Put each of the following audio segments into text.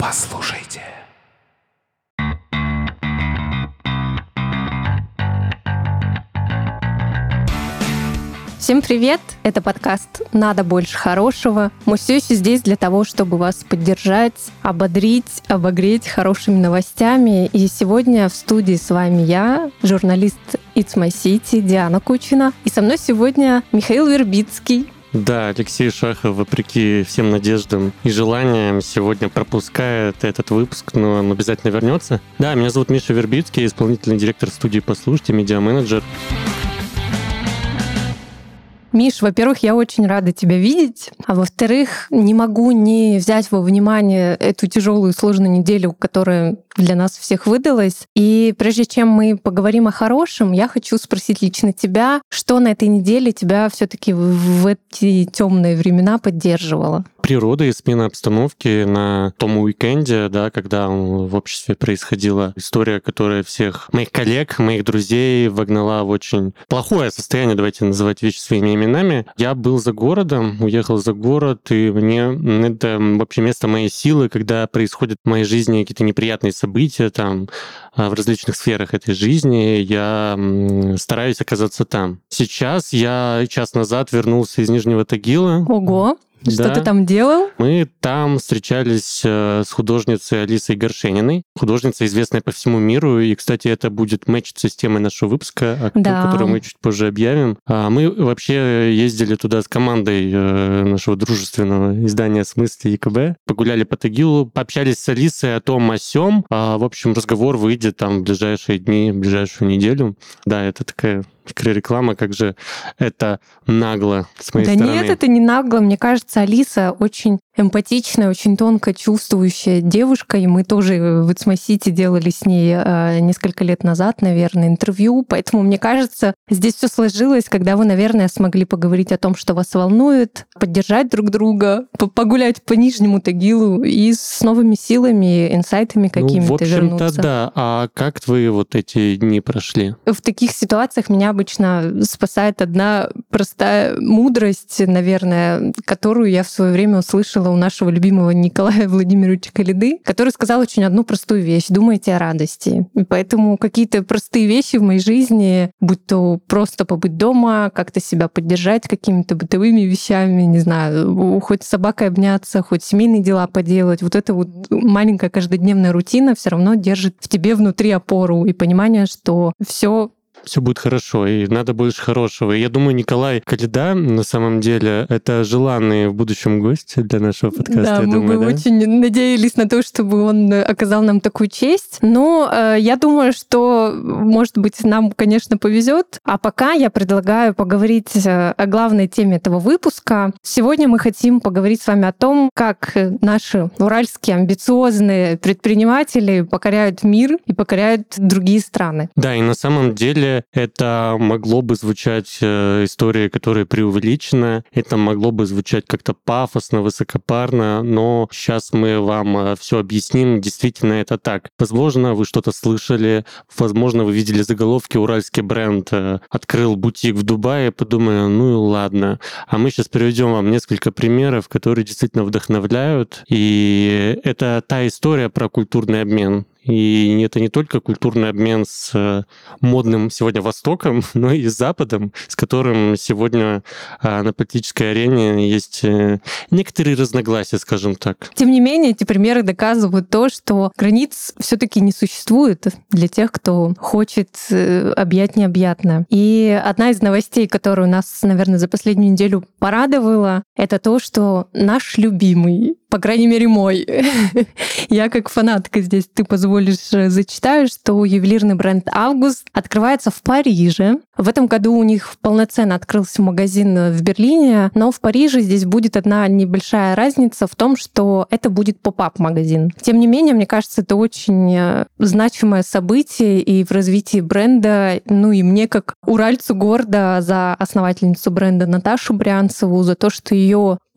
Послушайте. Всем привет! Это подкаст «Надо больше хорошего». Мы все еще здесь для того, чтобы вас поддержать, ободрить, обогреть хорошими новостями. И сегодня в студии с вами я, журналист It's My City Диана Кучина. И со мной сегодня Михаил Вербицкий. Да, Алексей Шахов, вопреки всем надеждам и желаниям, сегодня пропускает этот выпуск, но он обязательно вернется. Да, меня зовут Миша Вербицкий, исполнительный директор студии «Послушайте», медиа-менеджер. Миш, во-первых, я очень рада тебя видеть, а во-вторых, не могу не взять во внимание эту тяжелую и сложную неделю, которая для нас всех выдалась. И прежде чем мы поговорим о хорошем, я хочу спросить лично тебя, что на этой неделе тебя все-таки в эти темные времена поддерживало? Природа и смена обстановки на том уикенде, да, когда в обществе происходила история, которая всех моих коллег, моих друзей вогнала в очень плохое состояние, давайте называть вещи своими именами. Я был за городом, уехал за город, и мне это вообще место моей силы, когда происходят в моей жизни какие-то неприятные события там в различных сферах этой жизни, я стараюсь оказаться там. Сейчас я час назад вернулся из Нижнего Тагила. Ого! Что Да. ты там делал? Мы там встречались с художницей Алисой Горшениной. Художница, известная по всему миру. И, кстати, это будет мэчиться с темой нашего выпуска, Да. который мы чуть позже объявим. Мы вообще ездили туда с командой нашего дружественного издания «Смысл» ЕКБ. Погуляли по Тагилу, пообщались с Алисой о том, о сём. В общем, разговор выйдет там в ближайшие дни, в ближайшую неделю. Да, это такая реклама, как же это нагло с моей стороны. Да нет, это не нагло. Мне кажется, Алиса очень эмпатичная, очень тонко чувствующая девушка, и мы тоже в It's My City делали с ней несколько лет назад, наверное, интервью, поэтому мне кажется, здесь все сложилось, когда вы, наверное, смогли поговорить о том, что вас волнует, поддержать друг друга, погулять по Нижнему Тагилу и с новыми силами, инсайтами какими-то вернуться. В общем-то, да. А как вы вот эти дни прошли? В таких ситуациях меня обычно спасает одна простая мудрость, наверное, которую я в свое время услышала у нашего любимого Николая Владимировича Коляды, который сказал очень одну простую вещь: думайте о радости. И поэтому какие-то простые вещи в моей жизни, будь то просто побыть дома, как-то себя поддержать какими-то бытовыми вещами, не знаю, хоть с собакой обняться, хоть семейные дела поделать, вот эта вот маленькая каждодневная рутина все равно держит в тебе внутри опору и понимание, что Все будет хорошо, и надо больше хорошего. И я думаю, Николай Коляда, на самом деле, это желанный в будущем гость для нашего подкаста, да, я мы думаю, бы очень надеялись на то, чтобы он оказал нам такую честь. Но я думаю, что, может быть, нам, конечно, повезет. А пока я предлагаю поговорить о главной теме этого выпуска. Сегодня мы хотим поговорить с вами о том, как наши уральские амбициозные предприниматели покоряют мир и покоряют другие страны. Да, и на самом деле это могло бы звучать история, которая преувеличена, это могло бы звучать как-то пафосно, высокопарно, но сейчас мы вам все объясним, действительно это так. Возможно, вы что-то слышали, возможно, вы видели заголовки: уральский бренд открыл бутик в Дубае, подумали, ну и ладно. А мы сейчас приведем вам несколько примеров, которые действительно вдохновляют, и это та история про культурный обмен. И это не только культурный обмен с модным сегодня Востоком, но и с Западом, с которым сегодня на политической арене есть некоторые разногласия, скажем так. Тем не менее, эти примеры доказывают то, что границ все-таки не существует для тех, кто хочет объять необъятное. И одна из новостей, которая нас, наверное, за последнюю неделю порадовала, это то, что наш любимый, по крайней мере, мой. Я как фанатка здесь, ты позволишь, зачитаю, что ювелирный бренд «Август» открывается в Париже. В этом году у них полноценно открылся магазин в Берлине, но в Париже здесь будет одна небольшая разница в том, что это будет поп-ап-магазин. Тем не менее, мне кажется, это очень значимое событие и в развитии бренда. Ну и мне, как уральцу, гордо за основательницу бренда Наташу Брянцеву, за то, что ее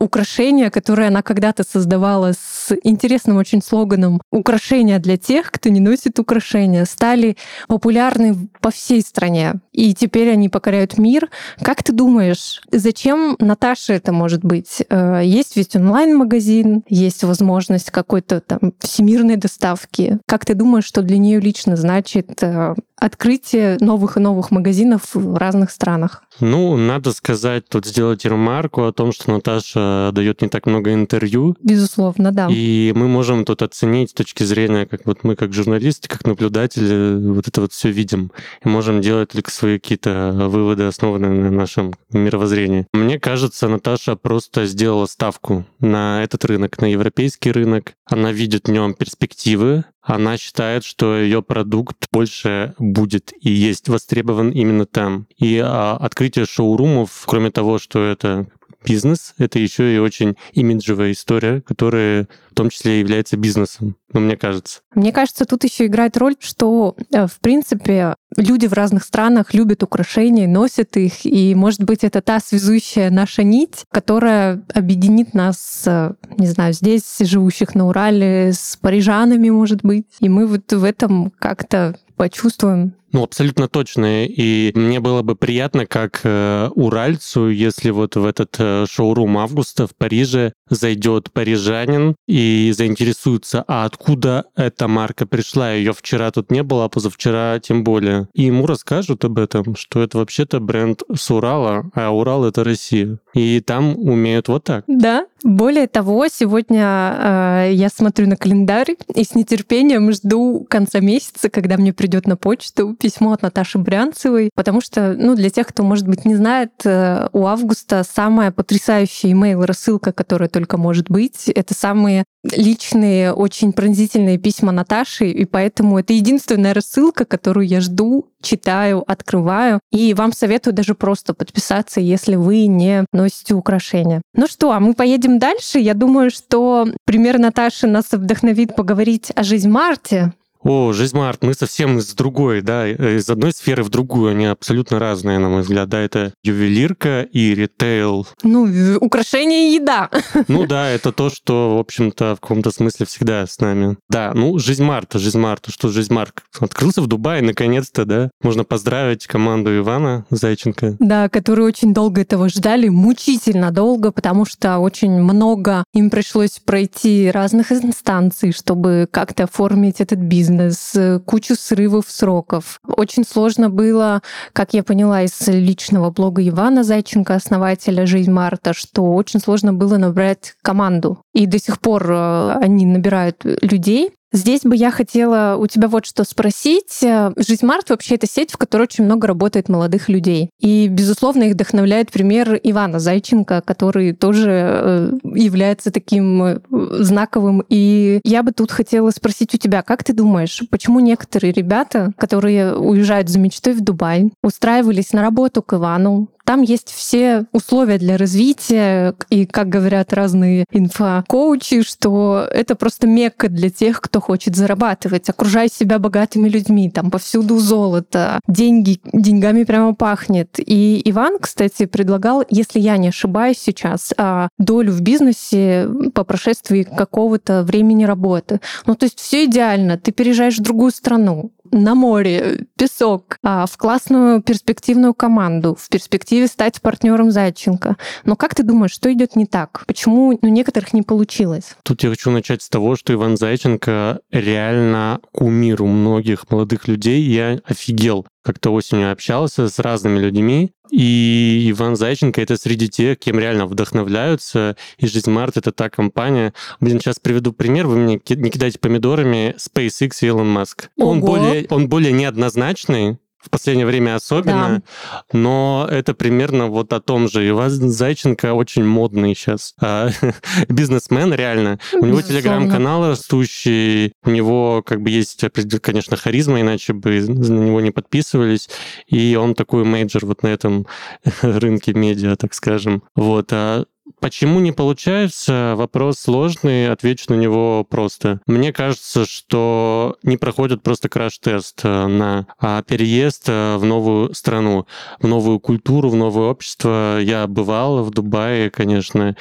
украшения, которые она когда-то создавала с интересным очень слоганом «Украшения для тех, кто не носит украшения», стали популярны по всей стране. И теперь они покоряют мир. Как ты думаешь, зачем Наташе это может быть? Есть ведь онлайн-магазин, есть возможность какой-то там всемирной доставки. Как ты думаешь, что для нее лично значит открытие новых и новых магазинов в разных странах? Ну, надо сказать, тут сделать ремарку о том, что Наташа дает не так много интервью. Безусловно, да. И мы можем тут оценить с точки зрения, как вот мы как журналисты, как наблюдатели, вот это вот все видим. И можем делать только свои какие-то выводы, основанные на нашем мировоззрении. Мне кажется, Наташа просто сделала ставку на этот рынок, на европейский рынок. Она видит в нем перспективы. Она считает, что ее продукт больше будет и есть востребован именно там. И открытие шоурумов, кроме того, что это бизнес, это еще и очень имиджевая история, которая в том числе является бизнесом, мне кажется. Мне кажется, тут еще играет роль, что, в принципе, люди в разных странах любят украшения, носят их, и, может быть, это та связующая наша нить, которая объединит нас, не знаю, здесь, живущих на Урале, с парижанами, может быть, и мы вот в этом как-то почувствуем. Ну, абсолютно точно. И мне было бы приятно, как уральцу, если вот в этот шоурум Августа в Париже зайдет парижанин и заинтересуется, а откуда эта марка пришла. Ее вчера тут не было, а позавчера тем более. И ему расскажут об этом, что это вообще-то бренд с Урала, а Урал — это Россия. И там умеют вот так. Да. Более того, сегодня я смотрю на календарь и с нетерпением жду конца месяца, когда мне придет на почту письмо от Наташи Брянцевой, потому что, для тех, кто, может быть, не знает, у Августа самая потрясающая имейл-рассылка, которая только может быть. Это самые личные, очень пронзительные письма Наташи, и поэтому это единственная рассылка, которую я жду, читаю, открываю. И вам советую даже просто подписаться, если вы не носите украшения. Ну что, а мы поедем дальше. Я думаю, что пример Наташи нас вдохновит поговорить о «Жизмарте». О, «Жизмарт», мы совсем из другой, да, из одной сферы в другую, они абсолютно разные, на мой взгляд, да, это ювелирка и ритейл. Украшения и еда. Ну да, это то, что, в общем-то, в каком-то смысле всегда с нами. Да, «Жизмарт», что «Жизмарт» открылся в Дубае, наконец-то, да, можно поздравить команду Ивана Зайченко. Да, которые очень долго этого ждали, мучительно долго, потому что очень много им пришлось пройти разных инстанций, чтобы как-то оформить этот бизнес, кучу срывов сроков. Очень сложно было, как я поняла из личного блога Ивана Зайченко, основателя «Жизмарта», что очень сложно было набрать команду. И до сих пор они набирают людей. Здесь бы я хотела у тебя вот что спросить. «Жизмарт» вообще это сеть, в которой очень много работает молодых людей. И, безусловно, их вдохновляет пример Ивана Зайченко, который тоже является таким знаковым. И я бы тут хотела спросить у тебя, как ты думаешь, почему некоторые ребята, которые уезжают за мечтой в Дубай, устраивались на работу к Ивану, там есть все условия для развития, и, как говорят разные инфокоучи, что это просто мекка для тех, кто хочет зарабатывать. Окружай себя богатыми людьми, там повсюду золото, деньгами прямо пахнет. И Иван, кстати, предлагал, если я не ошибаюсь сейчас, долю в бизнесе по прошествии какого-то времени работы. То есть все идеально. Ты переезжаешь в другую страну, на море, песок, в классную перспективную команду, в перспективе стать партнером Зайченко. Но как ты думаешь, что идет не так? Почему у некоторых не получилось? Тут я хочу начать с того, что Иван Зайченко реально кумир у многих молодых людей. Я офигел. Как-то осенью общался с разными людьми, и Иван Зайченко — это среди тех, кем реально вдохновляются, и «Жизмарт» — это та компания. Сейчас приведу пример, вы мне не кидайте помидорами. SpaceX и Илон Маск. Он более неоднозначный, в последнее время особенно, да. Но это примерно вот о том же. Иван Зайченко очень модный сейчас. Бизнесмен реально. У него телеграм-канал растущий, у него есть, конечно, харизма, иначе бы на него не подписывались. И он такой мейджор вот на этом рынке медиа, так скажем. Вот. Почему не получается? Вопрос сложный, отвечу на него просто. Мне кажется, что не проходит просто краш-тест на переезд в новую страну, в новую культуру, в новое общество. Я бывал в Дубае, конечно,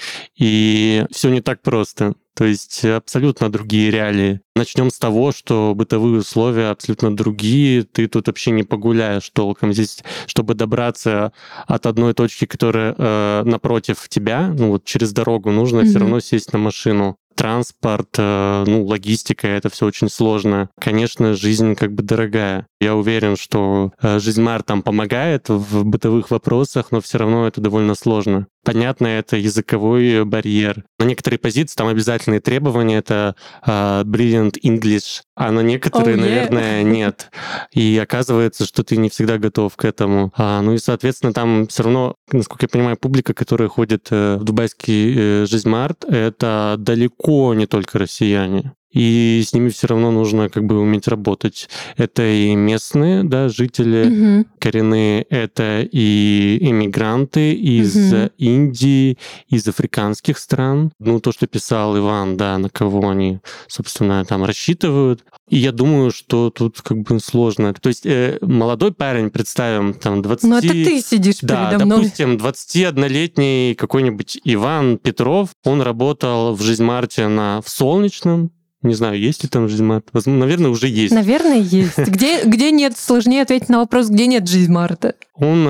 и все не так просто. То есть абсолютно другие реалии. Начнем с того, что бытовые условия абсолютно другие. Ты тут вообще не погуляешь толком. Здесь, чтобы добраться от одной точки, которая напротив тебя, вот через дорогу, нужно все равно сесть на машину. Транспорт, логистика, это все очень сложно. Конечно, жизнь как бы дорогая. Я уверен, что Жизмар там помогает в бытовых вопросах, но все равно это довольно сложно. Понятно, это языковой барьер. На некоторые позиции там обязательные требования — это Brilliant English, а на некоторые, наверное, нет. И оказывается, что ты не всегда готов к этому. И, соответственно, там все равно, насколько я понимаю, публика, которая ходит в дубайский Жизмарт, это далеко не только россияне. И с ними все равно нужно как бы уметь работать. Это и местные, да, жители коренные, это и иммигранты из Индии, из африканских стран. То, что писал Иван, да, на кого они, собственно, там рассчитывают. И я думаю, что тут как бы сложно. То есть молодой парень, представим, там 20... Ну, это ты сидишь передо мной. Допустим, 21-летний какой-нибудь Иван Петров, он работал в Жизмарте в Солнечном. Не знаю, есть ли там Жизмарт. Наверное, уже есть. Наверное, есть. Где нет? Сложнее ответить на вопрос, где нет Жизмарта. Он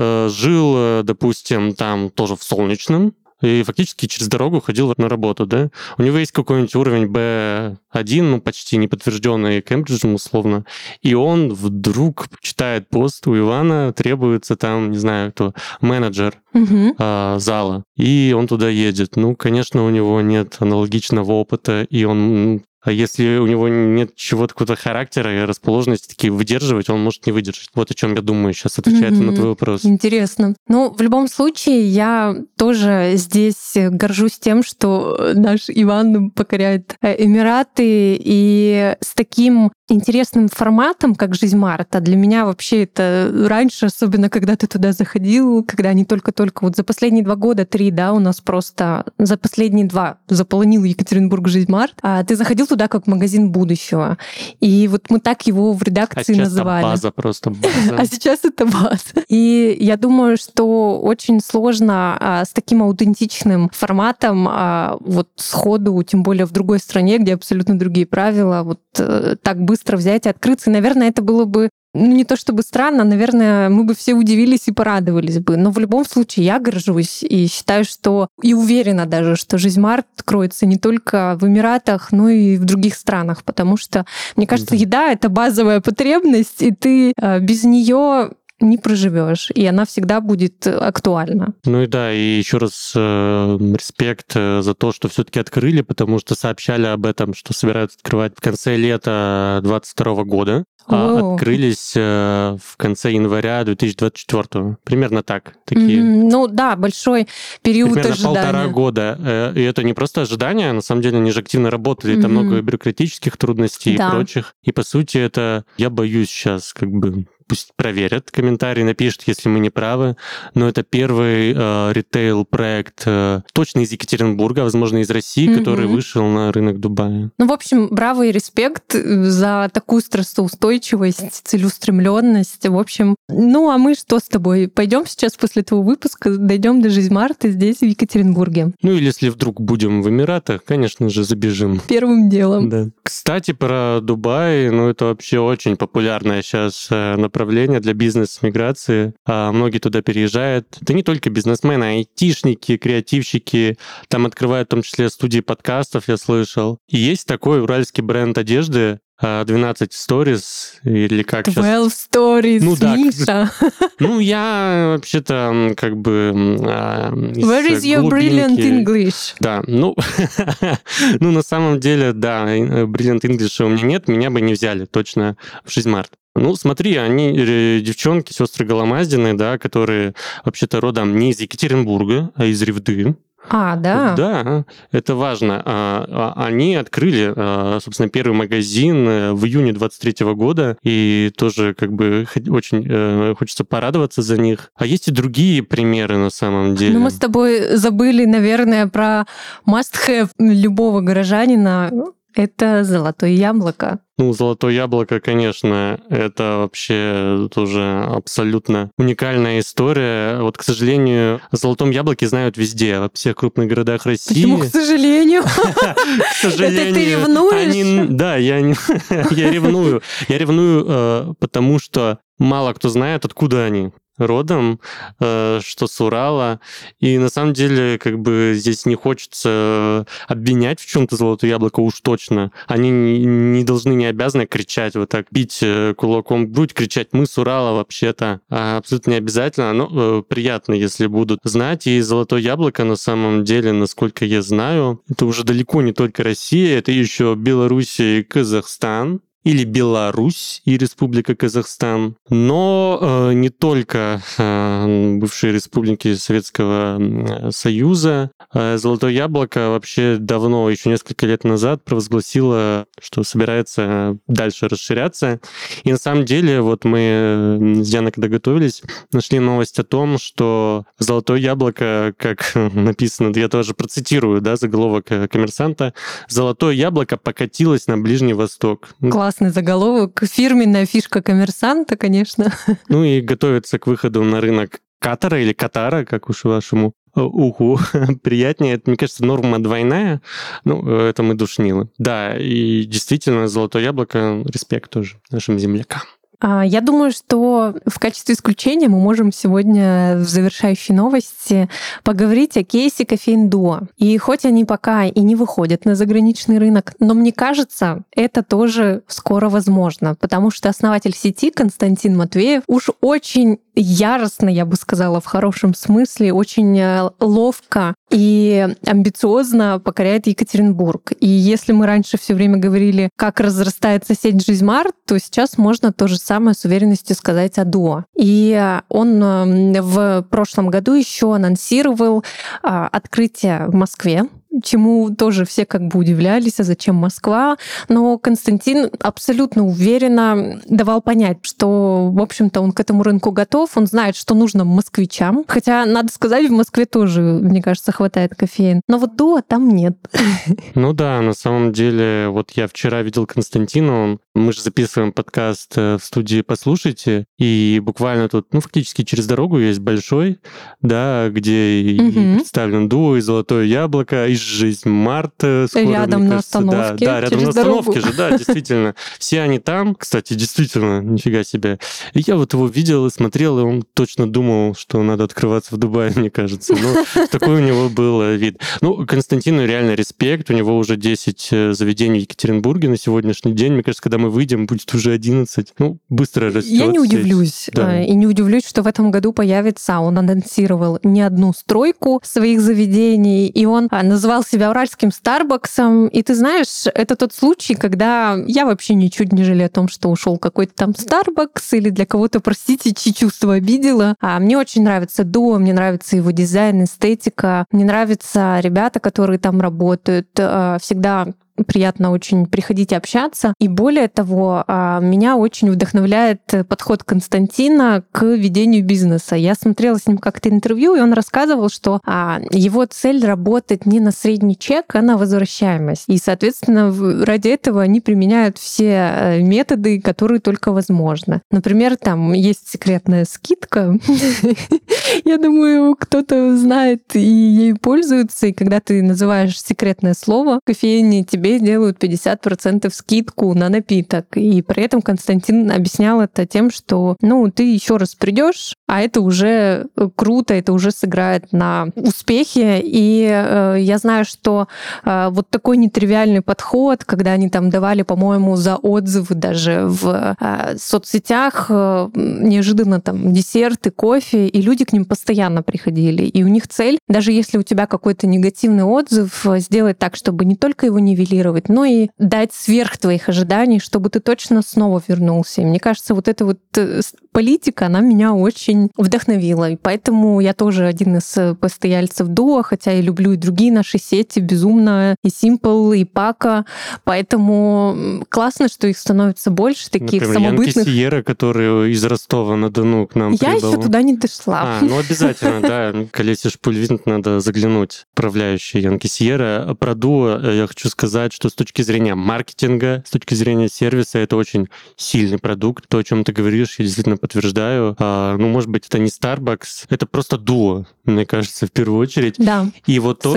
жил, допустим, там тоже в Солнечном, и фактически через дорогу ходил на работу, да? У него есть какой-нибудь уровень B1, почти неподтвержденный Кембриджем условно, и он вдруг читает пост у Ивана, требуется там, не знаю, кто, менеджер зала, и он туда едет. Конечно, у него нет аналогичного опыта, и он... А если у него нет чего-то, какого-то характера и расположенности таки выдерживать, он может не выдержать. Вот о чем я думаю сейчас, отвечает на твой вопрос. Интересно. В любом случае, я тоже здесь горжусь тем, что наш Иван покоряет Эмираты, и с таким интересным форматом, как Жизмарт. А для меня вообще это раньше, особенно когда ты туда заходил, когда они только-только за последние 2 года, 3, да, у нас просто за последние 2 заполонил Екатеринбург Жизмарт, а ты заходил туда как магазин будущего. И вот мы так его в редакции называли. А сейчас это база, просто база. А сейчас это база. И я думаю, что очень сложно с таким аутентичным форматом вот сходу, тем более в другой стране, где абсолютно другие правила, вот так быстро взять и открыться. И, наверное, это было бы не то чтобы странно, наверное, мы бы все удивились и порадовались бы. Но в любом случае я горжусь и считаю, что и уверена даже, что Жизмарт кроется не только в Эмиратах, но и в других странах, потому что, мне кажется, еда — это базовая потребность, и ты без нее не проживешь, и она всегда будет актуальна. И еще раз респект за то, что все-таки открыли, потому что сообщали об этом, что собираются открывать в конце лета 2022 года. Открылись в конце января 2024. Примерно так. Такие. Большой период примерно ожидания. 1,5 года. И это не просто ожидание, на самом деле они же активно работали. Там много бюрократических трудностей и прочих. И по сути это, я боюсь сейчас пусть проверят, комментарии напишут, если мы не правы. Но это первый ритейл-проект точно из Екатеринбурга, возможно, из России, который вышел на рынок Дубая. В общем, браво и респект за такую стрессоустойчивость, целеустремленность. В общем, а мы что с тобой? Пойдем сейчас после этого выпуска, дойдем до Жизмарта здесь, в Екатеринбурге. Или если вдруг будем в Эмиратах, конечно же, забежим. Первым делом. Да. Кстати, про Дубай, это вообще очень популярное сейчас направление для бизнес-миграции. Многие туда переезжают. Это не только бизнесмены, а айтишники, креативщики. Там открывают в том числе студии подкастов, я слышал. И есть такой уральский бренд одежды 12 Stories, или как 12 сейчас? Stories, Миша. Я вообще-то Where is your brilliant English? Да, на самом деле, да, brilliant English у меня нет, меня бы не взяли точно в Жизмарт. Смотри, они девчонки, сестры Голомаздины, да, которые вообще-то родом не из Екатеринбурга, а из Ревды. Да? Да, это важно. Они открыли, собственно, первый магазин в июне 23 года, и тоже как бы очень хочется порадоваться за них. А есть и другие примеры на самом деле. Ну, мы с тобой забыли, наверное, про must-have любого горожанина. Это золотое яблоко. Ну, золотое яблоко, конечно, это вообще тоже абсолютно уникальная история. Вот, к сожалению, о золотом яблоке знают везде, во всех крупных городах России. Почему, к сожалению? К сожалению. Это ты ревнуешь? Да, я ревную. Я ревную, потому что мало кто знает, откуда они родом, что с Урала. И на самом деле, как бы здесь не хочется обвинять в чем-то золотое яблоко уж точно. Они не должны, не обязаны кричать вот так, бить кулаком в грудь, кричать «мы с Урала» вообще-то. Абсолютно не обязательно, но приятно, если будут знать. И золотое яблоко на самом деле, насколько я знаю, это уже далеко не только Россия, это еще Белоруссия и Казахстан. Или Беларусь и Республика Казахстан. Но не только бывшие республики Советского Союза. Золотое яблоко вообще давно, еще несколько лет назад, провозгласило, что собирается дальше расширяться. И на самом деле, вот мы с Дианой, когда готовились, нашли новость о том, что золотое яблоко, как написано, я тоже процитирую, да, заголовок «Коммерсанта», «Золотое яблоко покатилось на Ближний Восток». Классный заголовок. Фирменная фишка «Коммерсанта», конечно. Ну и готовится к выходу на рынок Катара или Катара, как уж вашему уху приятнее. Это, мне кажется, норма двойная. Ну, это мы душнилы. Да, и действительно, золотое яблоко, респект тоже нашим землякам. Я думаю, что в качестве исключения мы можем сегодня в завершающей новости поговорить о кейсе Кофеин Дуо. И хоть они пока и не выходят на заграничный рынок, но мне кажется, это тоже скоро возможно, потому что основатель сети Константин Матвеев уж очень яростно, я бы сказала, в хорошем смысле, очень ловко и амбициозно покоряет Екатеринбург. И если мы раньше все время говорили, как разрастается сеть Жизмарт, то сейчас можно то же самое с уверенностью сказать о Дуо. И он в прошлом году еще анонсировал открытие в Москве, чему тоже все как бы удивлялись, а зачем Москва. Но Константин абсолютно уверенно давал понять, что, в общем-то, он к этому рынку готов, он знает, что нужно москвичам. Хотя, надо сказать, в Москве тоже, мне кажется, хватает кофеин. Но вот Дуо там нет. Ну да, на самом деле, вот я вчера видел Константина, мы же записываем подкаст в студии «Послушайте», и буквально тут, фактически через дорогу есть большой, да, где и представлен Дуо, и Золотое яблоко, и Жизмарт скоро, рядом на остановке. Да, рядом на остановке же, да, действительно. Все они там, кстати, действительно, нифига себе. И я вот его видел и смотрел, и он точно думал, что надо открываться в Дубае, мне кажется. Ну, такой у него был вид. Ну, Константину реально респект, у него уже 10 заведений в Екатеринбурге на сегодняшний день. Мне кажется, когда мы выйдем, будет уже 11. Ну, быстро растет. Я не удивлюсь. Да. И не удивлюсь, что в этом году появится, он анонсировал не одну стройку своих заведений, и он называл себя уральским Старбаксом. И ты знаешь, это тот случай, когда я вообще ничуть не жалею о том, что ушел какой-то там Старбакс, или для кого-то, простите, чьи чувства обидела. А мне очень нравится Дуо, мне нравится его дизайн, эстетика, мне нравятся ребята, которые там работают. Всегда приятно очень приходить и общаться. И более того, меня очень вдохновляет подход Константина к ведению бизнеса. Я смотрела с ним как-то интервью, и он рассказывал, что его цель работать не на средний чек, а на возвращаемость. И, соответственно, ради этого они применяют все методы, которые только возможно. Например, там есть секретная скидка. Я думаю, кто-то знает и ей пользуется. И когда ты называешь секретное слово в кофейне, тебе делают 50% скидку на напиток. И при этом Константин объяснял это тем, что ты еще раз придешь, а это уже круто, это уже сыграет на успехе. И я знаю, что вот такой нетривиальный подход, когда они там давали, по-моему, за отзывы даже в соцсетях неожиданно там десерты, кофе, и люди к ним постоянно приходили. И у них цель, даже если у тебя какой-то негативный отзыв, сделать так, чтобы не только его не вели транслировать, но и дать сверх твоих ожиданий, чтобы ты точно снова вернулся. И мне кажется, вот эта вот политика, она меня очень вдохновила. И поэтому я тоже один из постояльцев Дуо, хотя и люблю и другие наши сети безумно, и Simple, и Paco. Поэтому классно, что их становится больше, таких самобытных. Янки Сиера, который из Ростова-на-Дону к нам прибыл. Я еще туда не дошла. Ну обязательно, да. Колесишь Пульвинт, надо заглянуть. Управляющий Янки Сиера. Про Дуо я хочу сказать, что с точки зрения маркетинга, с точки зрения сервиса, это очень сильный продукт. То, о чем ты говоришь, я действительно подтверждаю. Ну, может быть, это не Starbucks, это просто Дуо, мне кажется, в первую очередь. Да, и вот то,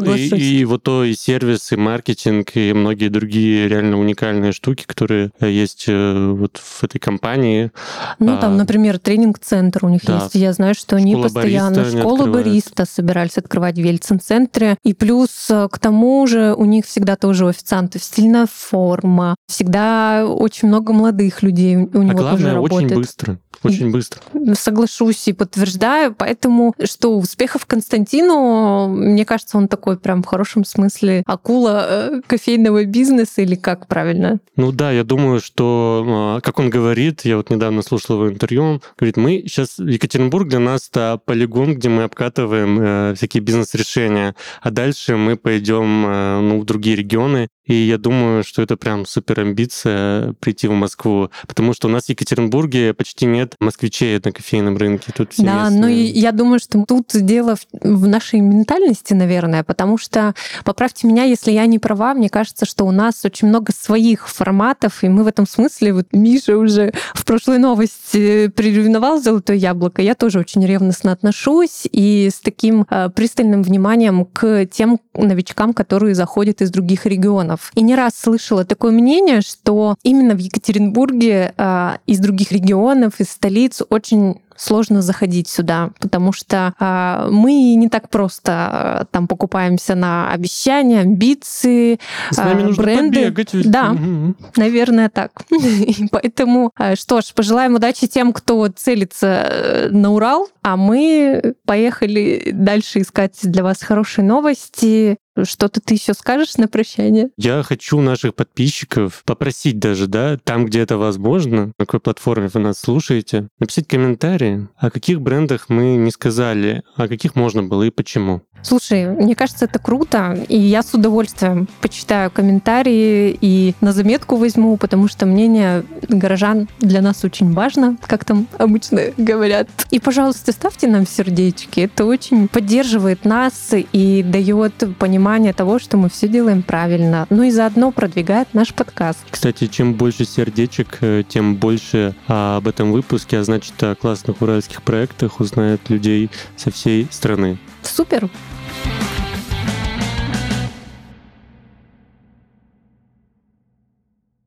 и сервис, и маркетинг, и многие другие реально уникальные штуки, которые есть вот в этой компании. Ну, там, например, тренинг-центр у них есть. Я знаю, что они постоянно школу бариста собирались открывать в Ельцин-центре. И плюс к тому же у них всегда тоже у официантов стильная форма. Всегда очень много молодых людей у него тоже работает. Очень быстро. Очень быстро. Соглашусь и подтверждаю. Поэтому, что успехов Константину, мне кажется, он такой прям в хорошем смысле акула кофейного бизнеса, или как правильно? Ну да, я думаю, что, как он говорит, я вот недавно слушал его интервью, говорит, мы сейчас, Екатеринбург для нас это полигон, где мы обкатываем всякие бизнес-решения, а дальше мы пойдем в другие регионы. И я думаю, что это прям супер амбиция прийти в Москву, потому что у нас в Екатеринбурге почти нет москвичей на кофейном рынке. Тут все да, местные. Ну и я думаю, что тут дело в нашей ментальности, наверное, потому что, поправьте меня, если я не права, мне кажется, что у нас очень много своих форматов, и мы в этом смысле, вот Миша уже в прошлой новости приревновал «Золотое яблоко», я тоже очень ревностно отношусь и с таким пристальным вниманием к тем новичкам, которые заходят из других регионов. И не раз слышала такое мнение, что именно в Екатеринбурге из других регионов, из столиц очень сложно заходить сюда, потому что мы не так просто там покупаемся на обещания, амбиции, с нами нужно бренды. Побегать. Да, наверное, так. И поэтому, что ж, пожелаем удачи тем, кто целится на Урал, а мы поехали дальше искать для вас хорошие новости. Что-то ты еще скажешь на прощание? Я хочу наших подписчиков попросить даже, да, там, где это возможно, на какой платформе вы нас слушаете, написать комментарии, о каких брендах мы не сказали, о каких можно было и почему. Слушай, мне кажется, это круто, и я с удовольствием почитаю комментарии и на заметку возьму, потому что мнение горожан для нас очень важно, как там обычно говорят. И, пожалуйста, ставьте нам сердечки, это очень поддерживает нас и дает понимание того, что мы все делаем правильно, ну и заодно продвигает наш подкаст. Кстати, чем больше сердечек, тем больше об этом выпуске, а значит, о классных уральских проектах узнают людей со всей страны. Супер!